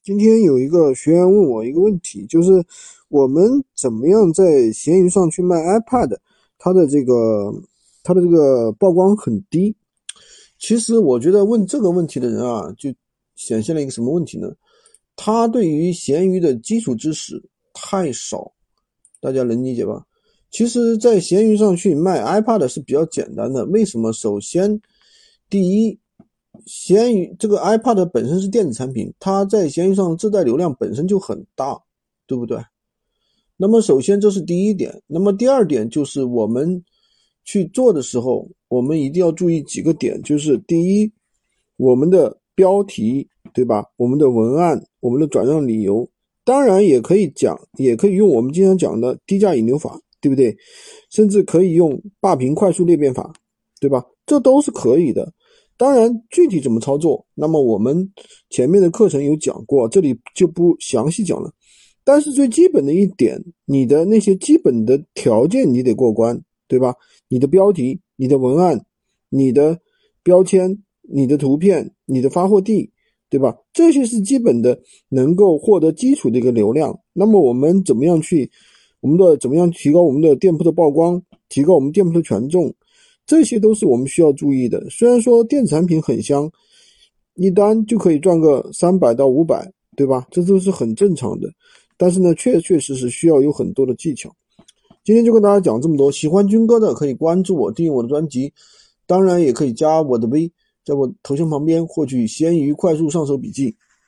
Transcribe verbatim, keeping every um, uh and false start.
今天有一个学员问我一个问题，就是我们怎么样在闲鱼上去卖 iPad，它的这个它的这个曝光很低。其实我觉得问这个问题的人啊，就显现了一个什么问题呢？他对于闲鱼的基础知识太少，大家能理解吧？其实，在闲鱼上去卖 iPad 是比较简单的。为什么？首先，第一，闲鱼这个 iPad 本身是电子产品，它在闲鱼上自带流量本身就很大，对不对？那么首先这是第一点。那么第二点就是我们去做的时候，我们一定要注意几个点，就是第一，我们的标题，对吧？我们的文案，我们的转让理由，当然也可以讲，也可以用我们经常讲的低价引流法，对不对？甚至可以用霸屏快速裂变法，对吧？这都是可以的。当然，具体怎么操作，那么我们前面的课程有讲过，这里就不详细讲了。但是最基本的一点，你的那些基本的条件你得过关，对吧？你的标题、你的文案、你的标签、你的图片、你的发货地，对吧？这些是基本的能够获得基础的一个流量。那么我们怎么样去，我们的怎么样提高我们的店铺的曝光，提高我们店铺的权重，这些都是我们需要注意的。虽然说电子产品很香，一单就可以赚个三百到五百，对吧？这都是很正常的。但是呢，确确实实需要有很多的技巧。今天就跟大家讲这么多，喜欢军哥的可以关注我，订阅我的专辑，当然也可以加我的微，在我头像旁边获取闲鱼快速上手笔记。